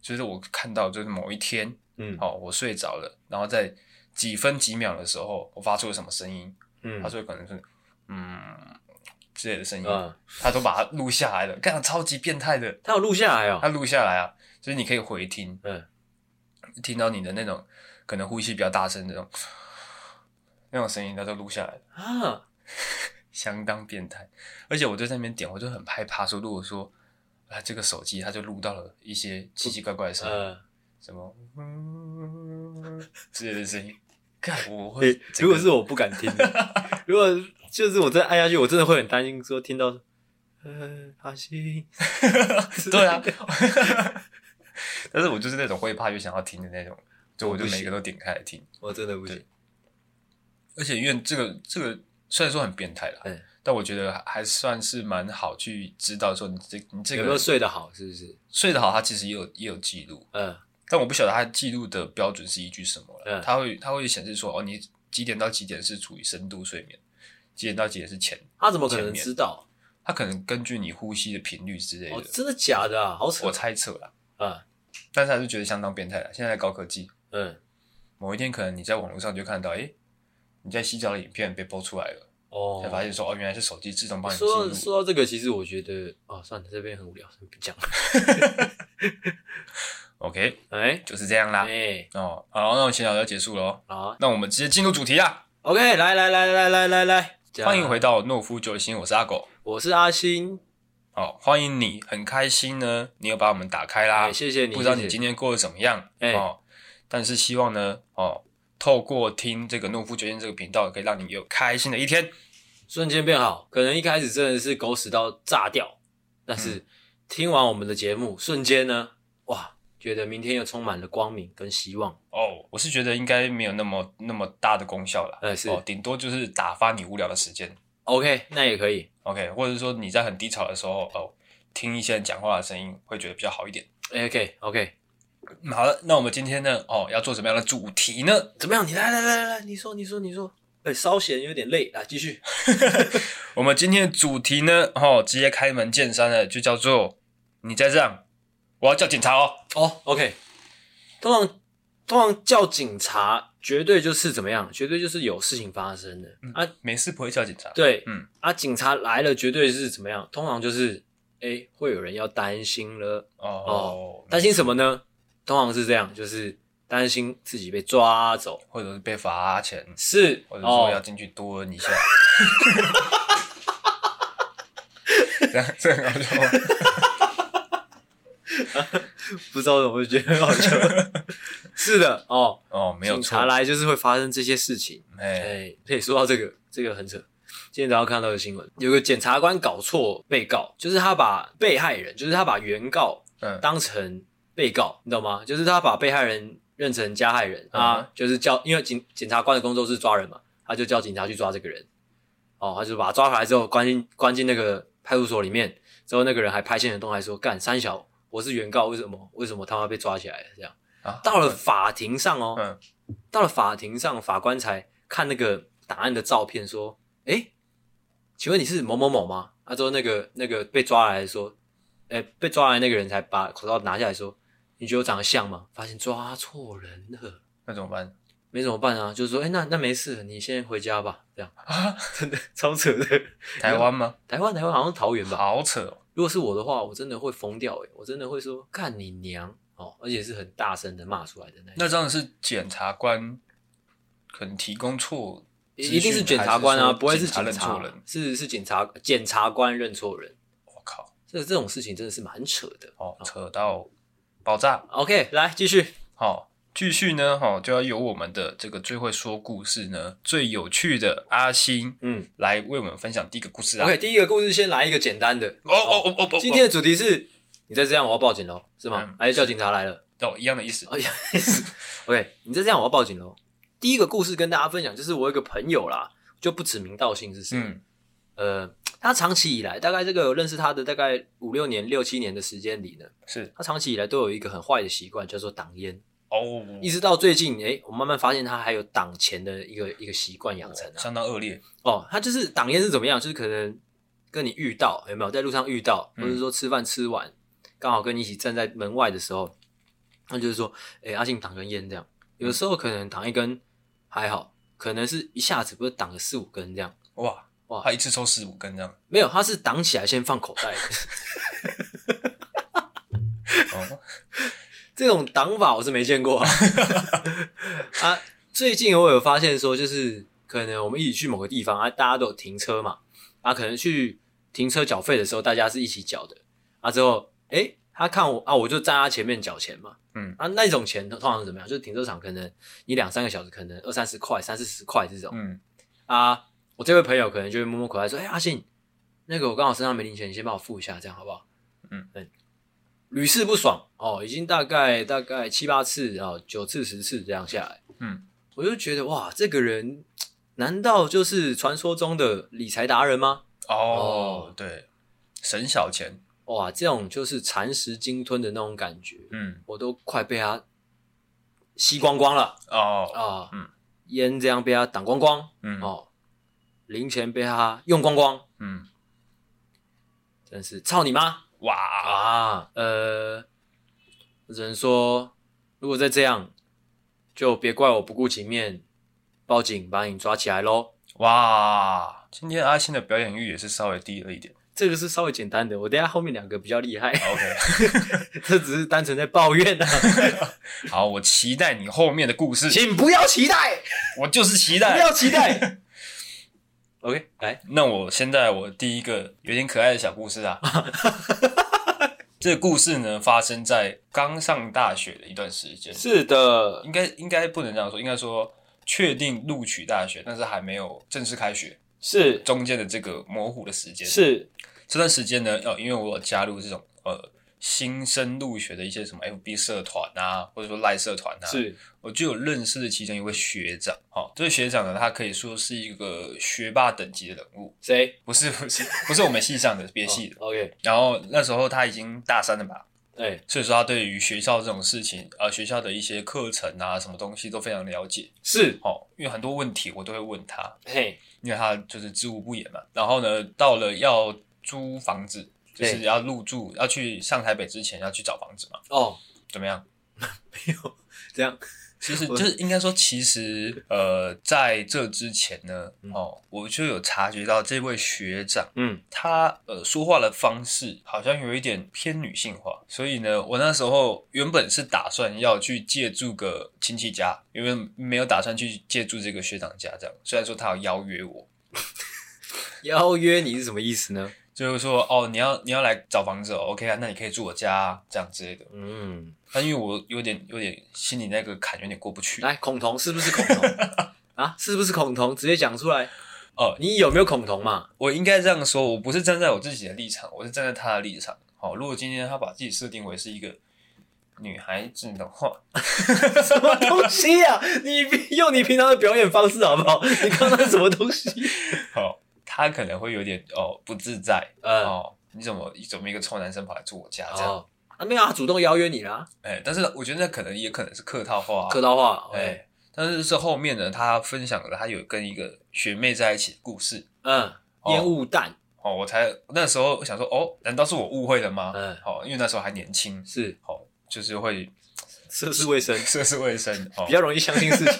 就是我看到就是某一天， 嗯， 哦，我睡着了，然后在几分几秒的时候，我发出了什么声音， 嗯， 他说可能是嗯之类的声音， 嗯， 他都把它录下来了，干超级变态的， 他有录下来哦， 他录下来啊，就是你可以回听， 嗯， 听到你的那种可能呼吸比较大声的那种那种声音，他都录下来了啊， 相当变态。而且我就在那边点，我就很害怕说，如果说啊这个手机它就录到了一些奇奇怪怪的声音， 呃， 什么嗯之类的声音，干我会、 欸，如果是我不敢听的，如果就是我真的按下去，我真的会很担心说听到，呃，阿信， 对啊，但是我就是那种会怕又想要听的那种，就我就每个都点开来听， 我真的不行。 而且因为这个这个虽然说很变态啦， 嗯， 但我觉得还算是蛮好去知道说你这你这个有没有睡得好，是不是？ 睡得好，它其实也有也有记录， 嗯， 但我不晓得它记录的标准是依据什么了， 嗯， 它会它会显示说哦，你几点到几点是处于深度睡眠，几点到几点是浅， 他怎么可能知道？ 它可能根据你呼吸的频率之类的， 哦，真的假的啊？好扯！ 我猜测啦， 嗯， 但是还是觉得相当变态啦。现在高科技， 嗯， 某一天可能你在网络上就看到，诶，你在洗澡的影片被播出来了， 哦， 才发现说哦，原来是手机自动帮你记说到录。 说到这个，其实我觉得，哦，算了，这边很无聊，先不讲。 OK， 哎， 就是这样啦。 哎， 哦，好，那我闲聊就结束了哦。 好那我们直接进入主题啦。 ，OK，来来来来来来来， 欢迎回到诺夫救星，我是阿狗。 我是阿星。 哦，欢迎你，很开心呢，你有把我们打开啦， 哎，谢谢你。 不知道谢谢你今天过得怎么样？ 哎哦，但是希望呢，哦，透过听这个诺夫救星这个频道，可以让你有开心的一天。 瞬间变好，可能一开始真的是狗屎到炸掉，但是听完我们的节目，瞬间呢，哇，觉得明天又充满了光明跟希望。 哦，我是觉得应该没有那么那么大的功效啦， 呃，是、 哦，顶多就是打发你无聊的时间。 OK， 那也可以。 OK， 或者说你在很低潮的时候，哦，听一些人讲话的声音，会觉得比较好一点。 OK OK， 好了，那我们今天呢，哦，要做什么样的主题呢？ 怎么样？你来来来来来，你说你说你说。哎，稍显有点累，来继续。 我们今天的主题呢，哦，直接开门见山的，就叫做你再这样，我要叫警察哦。 哦 ，OK， 通常通常叫警察，绝对就是怎么样？绝对就是有事情发生的、 嗯、 啊， 没事不会叫警察。 对， 嗯， 啊，警察来了，绝对是怎么样？通常就是哎，会有人要担心了哦， 哦，担心什么呢？通常是这样，就是担心自己被抓走， 或者是被罚钱， 是， 或者说要进去多恩一下。这样这很好笑吗？ 不知道怎么会觉得很好笑。是的，哦哦，没有错， 警察来就是会发生这些事情。 哎， 哎，可以说到这个，这个很扯。今天早上看到的新闻，有个检察官搞错被告，就是他把被害人，就是他把原告当成被告，嗯、你懂吗？就是他把被害人认成加害人、嗯、啊，就是叫，因为检检察官的工作是抓人嘛，他就叫警察去抓这个人。哦，他就把他抓回来之后，关进关进那个派出所里面，之后那个人还拍现行动态说：“干三小，我是原告，为什么为什么他妈被抓起来了？”这样啊，到了法庭上哦，嗯，到了法庭上，法官才看那个档案的照片，说：“诶，请问你是某某某吗？”啊，之后那个那个被抓来说，诶，被抓来那个人才把口罩拿下来说：“你觉得我长得像吗？”发现抓错人了， 那怎么办？ 没怎么办啊，就是说，诶，那那没事，你先回家吧，这样啊，真的超扯的。 台湾吗？ 台湾台湾好像桃园吧， 好扯哦。 如果是我的话，我真的会疯掉诶，我真的会说干你娘哦，而且是很大声的骂出来的那种。 那这样是检察官可能提供错， 一定是检察官啊，不会是警察认错人， 是是检察检察官认错人。 我靠， 这这种事情真的是蛮扯的哦，扯到爆炸。 OK， 来继续。 好。继续呢，哈，就要由我们的这个最会说故事呢、最有趣的阿星，嗯，来为我们分享第一个故事啊。 OK， 第一个故事先来一个简单的。 哦哦哦哦哦， 今天的主题是，你再这样我要报警咯，是吗？还是叫警察来了？ 哦，一样的意思。 哦，一样的意思。OK， 你再这样我要报警咯。第一个故事跟大家分享，就是我有一个朋友啦，就不指名道姓是谁。嗯，呃，他长期以来，大概这个认识他的大概五六年、六七年的时间里呢， 是他长期以来都有一个很坏的习惯，叫做挡烟。 哦， 一直到最近，诶，我慢慢发现他还有挡钱的一个一个习惯养成、啊， 相当恶劣。 哦，他就是挡烟是怎么样？就是可能跟你遇到，有没有在路上遇到，或者说吃饭吃完，刚好跟你一起站在门外的时候， 那就是说，哎、欸，阿信挡根烟这样，有的时候可能挡一根还好，可能是一下子不是挡了四五根这样。 哇哇，他一次抽四五根这样？ 没有，他是挡起来先放口袋的。哦，这种挡法我是没见过啊。啊，最近我有发现说，就是可能我们一起去某个地方啊，大家都有停车嘛，啊，可能去停车缴费的时候，大家是一起缴的，啊，之后，哎、欸，他看我啊，我就站他前面缴钱嘛，嗯，啊，那种钱通常是怎么样？就是停车场可能你两三个小时，可能二三十块、三四十块这种，嗯，啊，我这位朋友可能就会摸摸口袋说，哎、欸，阿信，那个我刚好身上没零钱，你先帮我付一下，这样好不好？嗯嗯。屡试不爽哦，已经大概大概七八次啊、哦，九次十次这样下来，嗯，我就觉得哇，这个人难道就是传说中的理财达人吗？ 哦，哦对，省小钱， 哇，这种就是蚕食鲸吞的那种感觉，嗯，我都快被他吸光光了哦啊，嗯，烟这样被他挡光光，嗯哦，零钱被他用光光，嗯，真是操你妈！哇啊，呃，我只能说，如果再这样，就别怪我不顾情面，报警把你抓起来咯。 哇，今天阿信的表演欲也是稍微低了一点。 这个是稍微简单的，我等一下后面两个比较厉害。 OK， 这只是单纯在抱怨啊。 好，我期待你后面的故事。 请不要期待， 我就是期待， 不要期待。OK， 来， 那我现在我第一个有点可爱的小故事啊。这个故事呢，发生在刚上大学的一段时间。 是的， 应该应该不能这样说，应该说确定录取大学，但是还没有正式开学， 是中间的这个模糊的时间。 是这段时间呢，呃，因为我有加入这种呃新生入学的一些什么 F B 社团啊，或者说赖社团啊，是我就有认识的其中一位学长。好、哦，这位学长呢，他可以说是一个学霸等级的人物。 谁？ 不是不是不是我们系上的，别系的。 哦、OK。 然后那时候他已经大三了吧？ 对， 所以说他对于学校这种事情，呃，学校的一些课程啊，什么东西都非常了解。 是， 哦，因为很多问题我都会问他。 嘿， 因为他就是知无不言嘛。然后呢，到了要租房子。就是要入住，要去上台北之前要去找房子嘛。哦，怎么样？ 没有这样。 其实就是应该说，其实呃，在这之前呢，嗯、哦，我就有察觉到这位学长，嗯，他呃说话的方式好像有一点偏女性化，所以呢，我那时候原本是打算要去借住个亲戚家，因为没有打算去借住这个学长家这样。虽然说他有邀约我， 邀约你是什么意思呢？ 就是说，哦，你要你要来找房子哦 ，OK 啊，那你可以住我家、啊、这样之类的。嗯，但因为我有点有点心里那个坎有点过不去。 来，恐同是不是恐同啊？是不是恐同？直接讲出来。哦，你有没有恐同嘛？ 我应该这样说，我不是站在我自己的立场，我是站在他的立场。好、哦，如果今天他把自己设定为是一个女孩子的话， 什么东西啊？你用你平常的表演方式好不好？你刚刚什么东西？ 好。他可能会有点哦不自在，嗯、哦，你怎么怎么一个臭男生跑来住我家这样？ 哦、啊，没有，他主动邀约你啦。 哎、欸，但是我觉得那可能也可能是客套话、啊， 客套话。哎、 欸，但是是后面呢，他分享了他有跟一个学妹在一起的故事。 嗯，烟雾弹。 哦，我才那时候想说，哦，难道是我误会了吗？嗯，好、哦，因为那时候还年轻， 是， 好、哦，就是会涉世未深， 涉世未深，哦， 比较容易相信事情。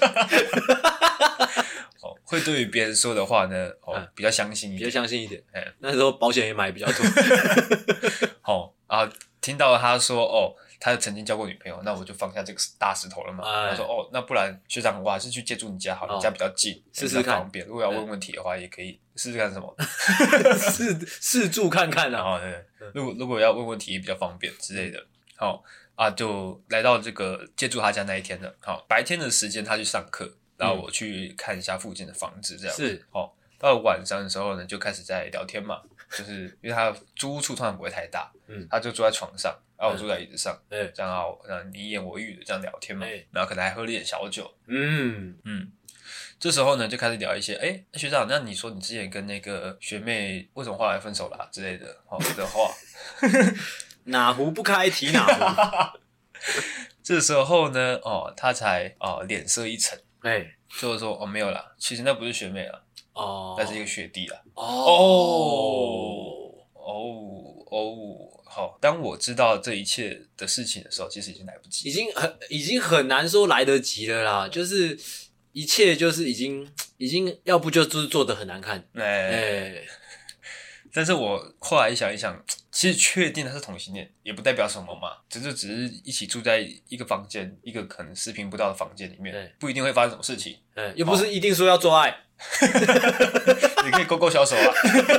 哦，会对于别人说的话呢，哦，嗯、比较相信一点， 比较相信一点。哎、欸，那时候保险也买比较多。 哦，然后听到他说，哦，他曾经交过女朋友，那我就放下这个大石头了嘛。哎、他说，哦，那不然学长，我还是去借住你家好了，哦、你家比较近， 试试看， 方便。如果要问问题的话，也可以试试看什么， 试试住看看啊。 哦，对，如果如果要问问题比较方便之类的，好、哦、啊，就来到这个借住他家那一天了。好、哦，白天的时间他去上课。然后我去看一下附近的房子，这样是哦。到了晚上的时候呢，就开始在聊天嘛，就是因为他租屋处通常不会太大，嗯，他就坐在床上，然后我坐在椅子上，嗯，这样啊，你一言我一语的这样聊天嘛，嗯、然后可能还喝了点小酒，嗯嗯。这时候呢，就开始聊一些，哎，学长，那你说你之前跟那个学妹为什么后来分手啦、啊、之类的，哦的话， 哪壶不开提哪壶。 这时候呢，哦，他才哦脸色一沉。 哎、欸， 就是说哦没有啦，其实那不是学妹啦，哦，那是一个学弟啦。 哦哦哦哦，好， 当我知道这一切的事情的时候，其实已经来不及， 已经很已经很难说来得及了啦，就是一切就是已经已经要不就就是做得很难看，哎、欸。 但是我后来一想一想，其实确定他是同性恋也不代表什么嘛，只是只是一起住在一个房间，一个可能视频不到的房间里面，欸、不一定会发生什么事情， 欸、又不是一定说要做爱， 你可以勾勾小手啊。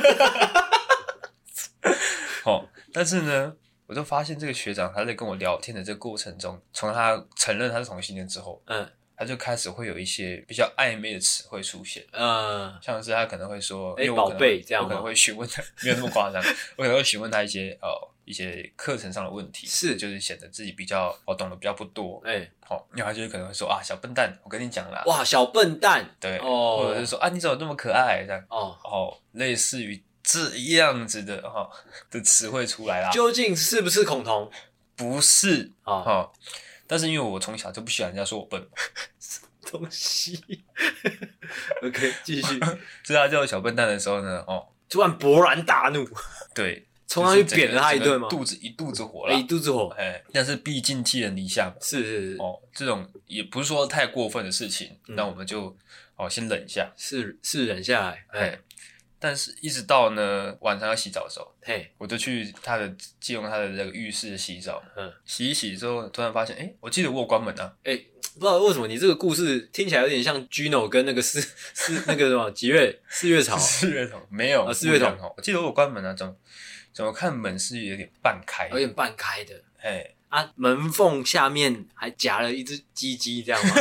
哦，但是呢，我就发现这个学长他在跟我聊天的这个过程中，从他承认他是同性恋之后，嗯。他就开始会有一些比较暧昧的词汇出现，嗯，像是他可能会说， 哎、欸，宝贝，这样吗？ 我可能会询问他，没有那么夸张，我可能会询问他一些呃一些课程上的问题， 是， 就是显得自己比较我、哦、懂得比较不多，哎、欸，好、哦，然后他就可能会说啊，小笨蛋，我跟你讲啦， 哇，小笨蛋， 对，哦，或者是说啊，你怎么那么可爱这样，哦，哦，类似于这样子的哈、哦、的词汇出来啦， 究竟是不是恐同？ 不是啊，哈、哦。但是因为我从小就不喜欢人家说我笨， 什么东西 ？OK， 继续。 所以他叫我小笨蛋的时候呢，哦， 突然勃然大怒， 对， 冲上去扁了他一顿吗？ 肚子一肚子火了， 欸、一肚子火。 哎，但是毕竟寄人篱下嘛， 是是是， 哦，这种也不是说太过分的事情，嗯、那我们就哦先忍一下， 是是忍下来，哎。 但是，一直到呢晚上要洗澡的时候， 嘿， 我就去他的借用他的那个浴室洗澡，嗯，洗一洗之后，突然发现，哎、欸，我记得我有关门啊， 哎、欸，不知道为什么你这个故事听起来有点像 Gino 跟那个四四那个什么几月四月草， 四月草没有啊，四月草， 我记得我有关门啊，怎么怎么看门是有点半开， 有点半开的， 哎、欸， 啊，门缝下面还夹了一只鸡鸡，这样吗？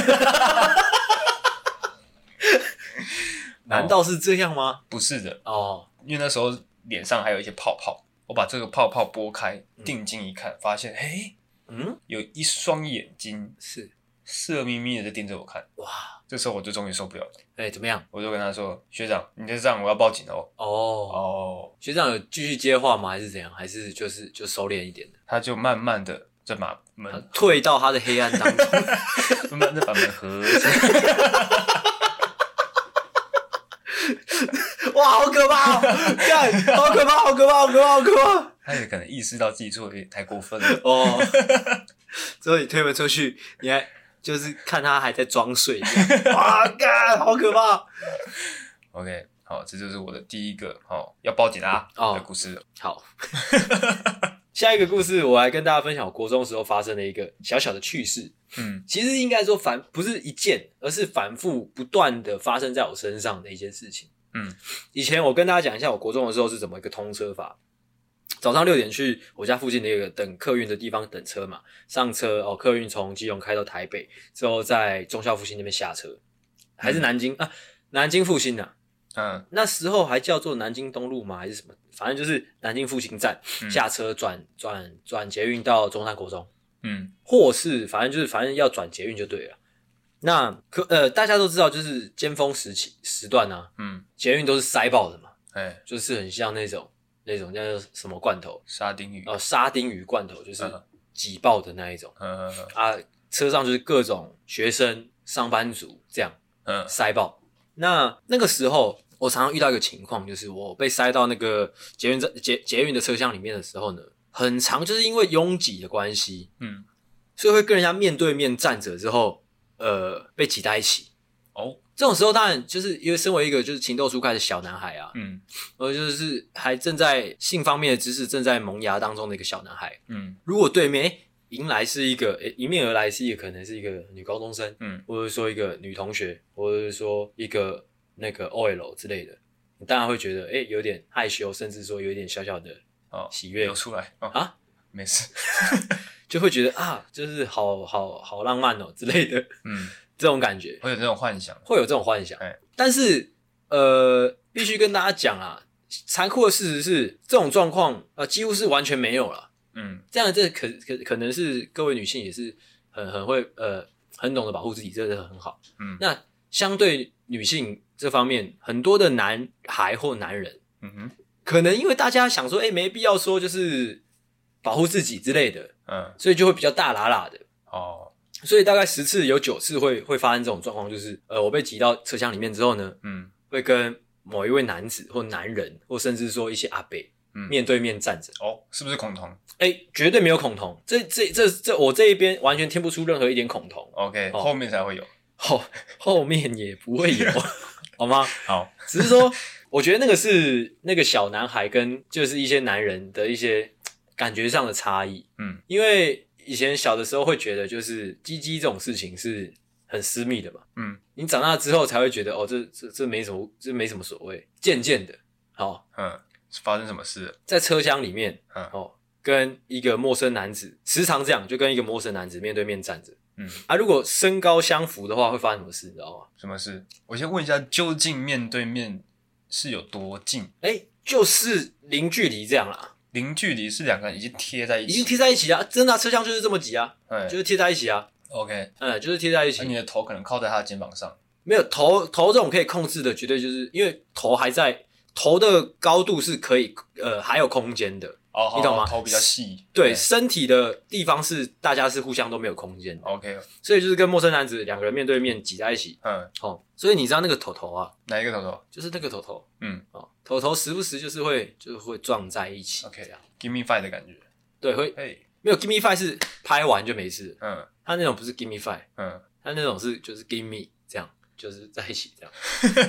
难道是这样吗？ 不是的哦， 因为那时候脸上还有一些泡泡，我把这个泡泡拨开，定睛一看，发现，嘿，嗯，有一双眼睛是色眯眯的在盯着我看，哇！这时候我就终于受不了了， 哎、欸，怎么样？ 我就跟他说：“学长，你就这样，我要报警哦。” 哦哦，学长有继续接话吗？还是怎样？还是就是就收敛一点的？ 他就慢慢的再把门退到他的黑暗当中， 慢慢的把门合起来。 哇，好可怕、哦！干，好可怕，好可怕，好可怕，好可怕！ 他也可能意识到自己做的有点太过分了哦。之后你推门出去，你还就是看他还在装睡，哇，干，好可怕 ！OK， 好，这就是我的第一个好、哦、要报警啦、啊、哦的故事。 好，下一个故事我来跟大家分享我国中时候发生的一个小小的趣事。嗯，其实应该说反不是一件，而是反复不断的发生在我身上的一件事情。嗯，以前我跟大家讲一下我国中的时候是怎么一个通车法。早上六点去我家附近的一个等客运的地方等车嘛，上车哦，客运从基隆开到台北，之后在忠孝复兴那边下车，还是南京、嗯、啊，南京复兴啊，嗯，那时候还叫做南京东路吗？还是什么？反正就是南京复兴站、嗯、下车转转转捷运到中山国中，嗯，或是反正就是反正要转捷运就对了。那可呃大家都知道，就是尖峰时期时段啊，嗯，捷运都是塞爆的嘛，哎，就是很像那种。那种叫做什么罐头？ 沙丁鱼哦，沙丁鱼罐头就是挤爆的那一种。嗯嗯嗯啊，车上就是各种学生、上班族这样，嗯，塞爆。那那个时候，我常常遇到一个情况，就是我被塞到那个捷运捷捷运的车厢里面的时候呢，很常就是因为拥挤的关系，嗯，所以会跟人家面对面站着之后，呃，被挤在一起。哦。这种时候当然就是因为身为一个就是情窦初开的小男孩啊，嗯，而就是还正在性方面的知识正在萌芽当中的一个小男孩，嗯，如果对面诶迎来是一个诶迎面而来是一个可能是一个女高中生，嗯，或者说一个女同学，或者是说一个那个 O L 之类的，你当然会觉得诶有点害羞，甚至说有一点小小的喜悦流出来、哦、 啊， 没事， 就会觉得啊，就是好好好浪漫哦之类的，嗯。这种感觉会有这种幻想， 会有这种幻想。但是，呃，必须跟大家讲啊，残酷的事实是，这种状况呃几乎是完全没有了。嗯，这样这可可可能是各位女性也是很很会呃很懂得保护自己，这个很好。嗯，那相对女性这方面，很多的男孩或男人，嗯哼，可能因为大家想说，哎、欸，没必要说就是保护自己之类的，嗯，所以就会比较大喇喇的。哦。所以大概十次有九次会会发生这种状况，就是呃我被挤到车厢里面之后呢，嗯，会跟某一位男子或男人或甚至说一些阿伯嗯、面对面站着。 哦，是不是恐同？ 哎、欸，绝对没有恐同。这这这这，我这一边完全听不出任何一点恐同。 OK，、哦、后面才会有。 后后面也不会有，好吗？ 好， 只是说，我觉得那个是那个小男孩跟就是一些男人的一些感觉上的差异。嗯，因为以前小的时候会觉得，就是鸡鸡这种事情是很私密的嘛。嗯，你长大之后才会觉得，哦，这这这没什么，这没什么所谓。渐渐的，好， 嗯，发生什么事了？ 在车厢里面，嗯，哦，跟一个陌生男子，时常这样，就跟一个陌生男子面对面站着。嗯，啊，如果身高相符的话，会发生什么事？你知道吗？ 什么事？我先问一下，究竟面对面是有多近？ 哎、欸，就是零距离这样啦。 零距离是两个人已经贴在一起， 已经贴在一起啊！真的、啊，车厢就是这么挤啊，就是贴在一起啊。 OK， 嗯，就是贴在一起。 啊、你的头可能靠在他的肩膀上， 没有头头这种可以控制的，绝对就是因为头还在，头的高度是可以呃还有空间的。 哦， 你懂吗？ 头比较细， 对，對身体的地方是大家是互相都没有空间的。 OK， 所以就是跟陌生男子两个人面对面挤在一起。嗯，哦，所以你知道那个头头啊， 哪一个头头？ 就是那个头头。嗯，哦，头头时不时就是会就是会撞在一起。 OK， 这样 Give me five 的感觉。 对，会。Hey. 没有 Give me five 是拍完就没事。嗯，他那种不是 Give me five。嗯，他那种是就是 Give me 这样，就是在一起这样。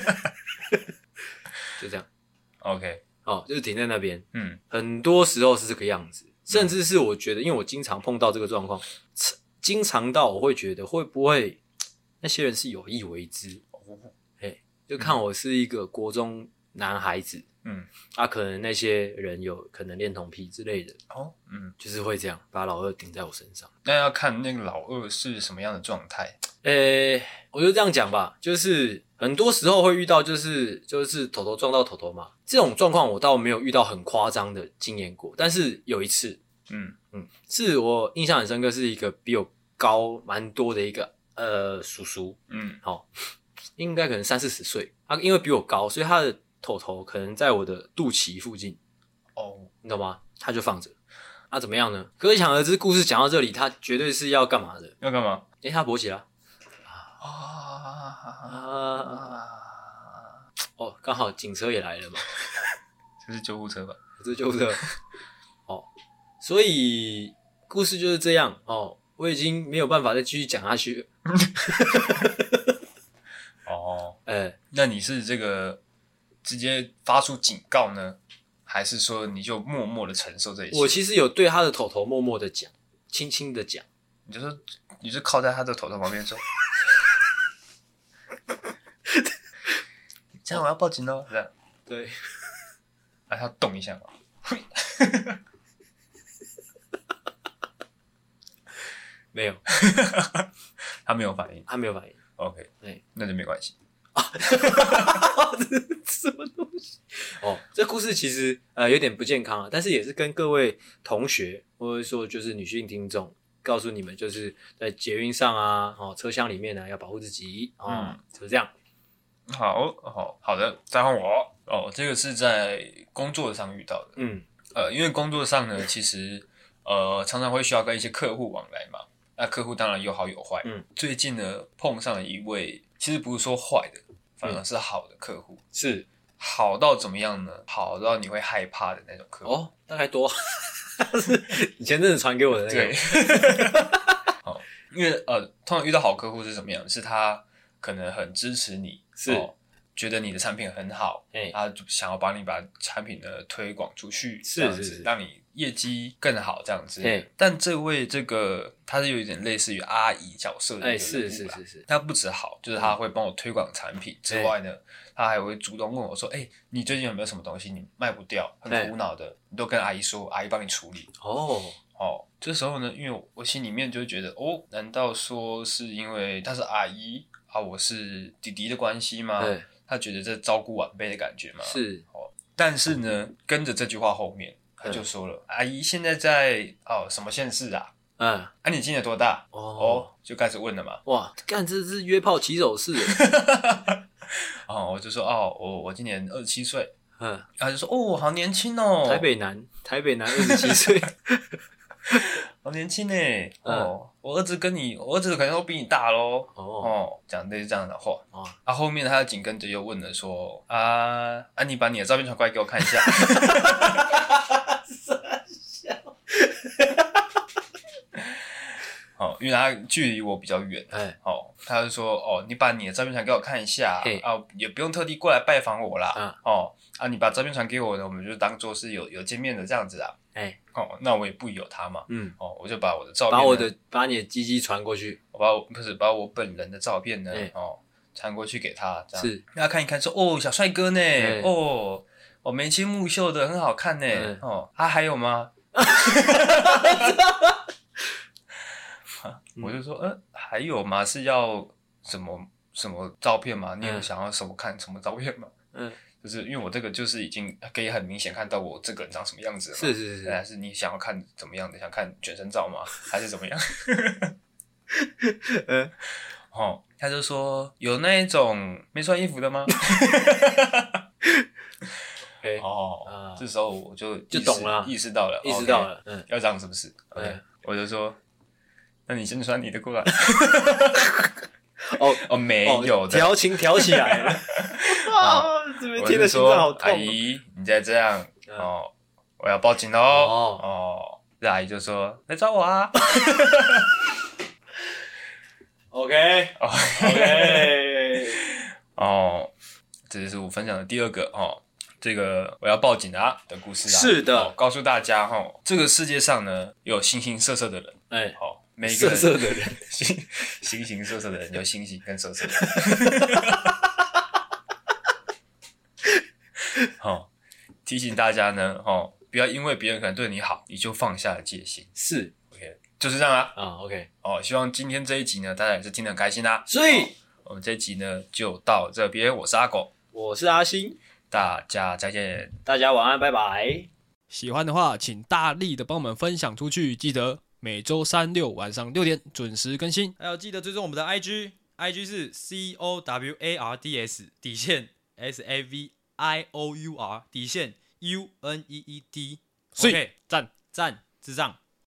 就这样。 OK。 哦，就是停在那边，嗯，很多时候是这个样子，甚至是我觉得，因为我经常碰到这个状况，经常到我会觉得会不会那些人是有意为之，哎，就看我是一个国中男孩子，嗯，啊，可能那些人有可能恋童癖之类的，哦，嗯，就是会这样把老二顶在我身上。 那要看那个老二是什么样的状态。 诶、欸，我就这样讲吧，就是很多时候会遇到，就是就是头头撞到头头嘛，这种状况我倒没有遇到很夸张的经验过，但是有一次，嗯嗯，是我印象很深刻，是一个比我高蛮多的一个呃叔叔，嗯，好，应该可能三四十岁，他因为比我高，所以他的头头可能在我的肚脐附近，哦，你懂吗？他就放着，啊，怎么样呢？可想而知，故事讲到这里，他绝对是要干嘛的？ 要干嘛？ 诶、欸，他勃起了。 啊啊！哦，刚好警车也来了嘛， 这是救护车吧？ 这是救护车。哦，所以故事就是这样哦。我已经没有办法再继续讲下去了。 哦，哎、欸，那你是这个直接发出警告呢，还是说你就默默的承受这一切？ 我其实有对他的头头默默的讲，轻轻的讲。 你就说，你就靠在他的头头旁边说。这样我要报警喽！这样对， 啊，他动一下嘛， 没有， 他没有反应， 他没有反应。 OK， 对，那就没关系。 啊，这是什么东西？哦，这故事其实呃有点不健康啊，但是也是跟各位同学或者说就是女性听众告诉你们，就是在捷运上啊，哦，车厢里面呢要保护自己哦，嗯，就是这样。 好好好的，再换我哦。这个是在工作上遇到的，嗯，呃，因为工作上呢，其实呃常常会需要跟一些客户往来嘛。那客户当然有好有坏，嗯，最近呢碰上了一位，其实不是说坏的，反而是好的客户， 嗯、是好到怎么样呢？好到你会害怕的那种客户。 哦，大概多，是你前阵子传给我的那个。 对，哦，因为呃，通常遇到好客户是什么样？是他可能很支持你。是、哦，觉得你的产品很好，欸、他想要帮你把产品呢推广出去， 是这样子是是让你业绩更好，这样子。 欸、 但这位这个他是有一点类似于阿姨角色的一个人物啦， 是是是是。 他不止好，就是他会帮我推广产品之外呢，欸、他还会主动问我说：“哎、欸，你最近有没有什么东西你卖不掉，很苦恼的？欸、你都跟阿姨说，阿姨帮你处理。”哦哦，这时候呢，因为我心里面就会觉得，哦，难道说是因为她是阿姨？啊，我是弟弟的关系吗？他觉得这照顾晚辈的感觉吗？ 是哦，但是呢，跟着这句话后面，他就说了：“阿姨现在在哦什么县市啊？嗯，啊你今年多大？哦, 哦，就开始问了嘛。 哇，干这是约炮起手式。 哦，我就说哦，我我今年二十七岁。嗯，他就说哦，好年轻哦， 台北男，台北男二十七岁。 好年轻诶、欸！哦、嗯，我儿子跟你，我儿子可能都比你大咯。哦哦，讲类似这样的话。哦，啊，后面他紧跟着又问了说：“啊啊，你把你的照片传过来给我看一下。” 因为他距离我比较远， 哎， 哦，他就说，哦，你把你的照片传给我看一下，啊，也不用特地过来拜访我啦， 嗯、 哦，啊，你把照片传给我呢，我们就当做是有有见面的这样子啊， 哎， 哦，那我也不疑有他嘛， 嗯， 哦，我就把我的照片， 把我的把你的鸡鸡传过去， 我把我不是把我本人的照片呢， 哎、 哦，传过去给他，这样是， 让他看一看，说，哦，小帅哥呢，哎、哦，哦，眉清目秀的，很好看呢，哎、哦，啊，还有吗？我就说，呃，还有吗？是要什么什么照片吗？你有想要什么看什么照片吗？嗯，就是因为我这个就是已经可以很明显看到我这个人长什么样子了嘛。 是是是， 还是你想要看怎么样的？想看全身照吗？还是怎么样？嗯，哦，他就说有那一种没穿衣服的吗？ Okay, 哦、uh, 这时候我就就懂了， 意识到了， 意识到了， okay, 嗯， 要这样是不是？嗯、okay, 我就说。那你先穿你的过来。 哦哦，没有的， 调情调起来了。啊，这边贴的心脏好痛。 阿姨，你再这样、嗯、哦，我要报警喽。哦，哦，这阿姨就说来找我啊。 OK OK。 哦，这就是我分享的第二个哦，这个我要报警啊的故事啊。 是的， 哦、告诉大家哈、哦，这个世界上呢有形形色色的人。 哎， 好、哦。每一个人色色的人， 形形形色色的人，有星星跟色色的人。好、哦，提醒大家呢，哦，不要因为别人可能对你好，你就放下了戒心。 是 ，OK， 就是这样啦。 啊 ，OK， 哦，希望今天这一集呢，大家也是听得很开心啦。 所以、 哦，我们这一集呢就到这边，我是阿狗， 我是阿星， 大家再见， 大家晚安，拜拜。 喜欢的话，请大力的帮我们分享出去，记得。每周三六晚上六点准时更新， 还有记得追踪我们的 I G，I G 是 C O W A R D S 底线 S A V I O U R 底线 U N E E D， 所以赞赞智障。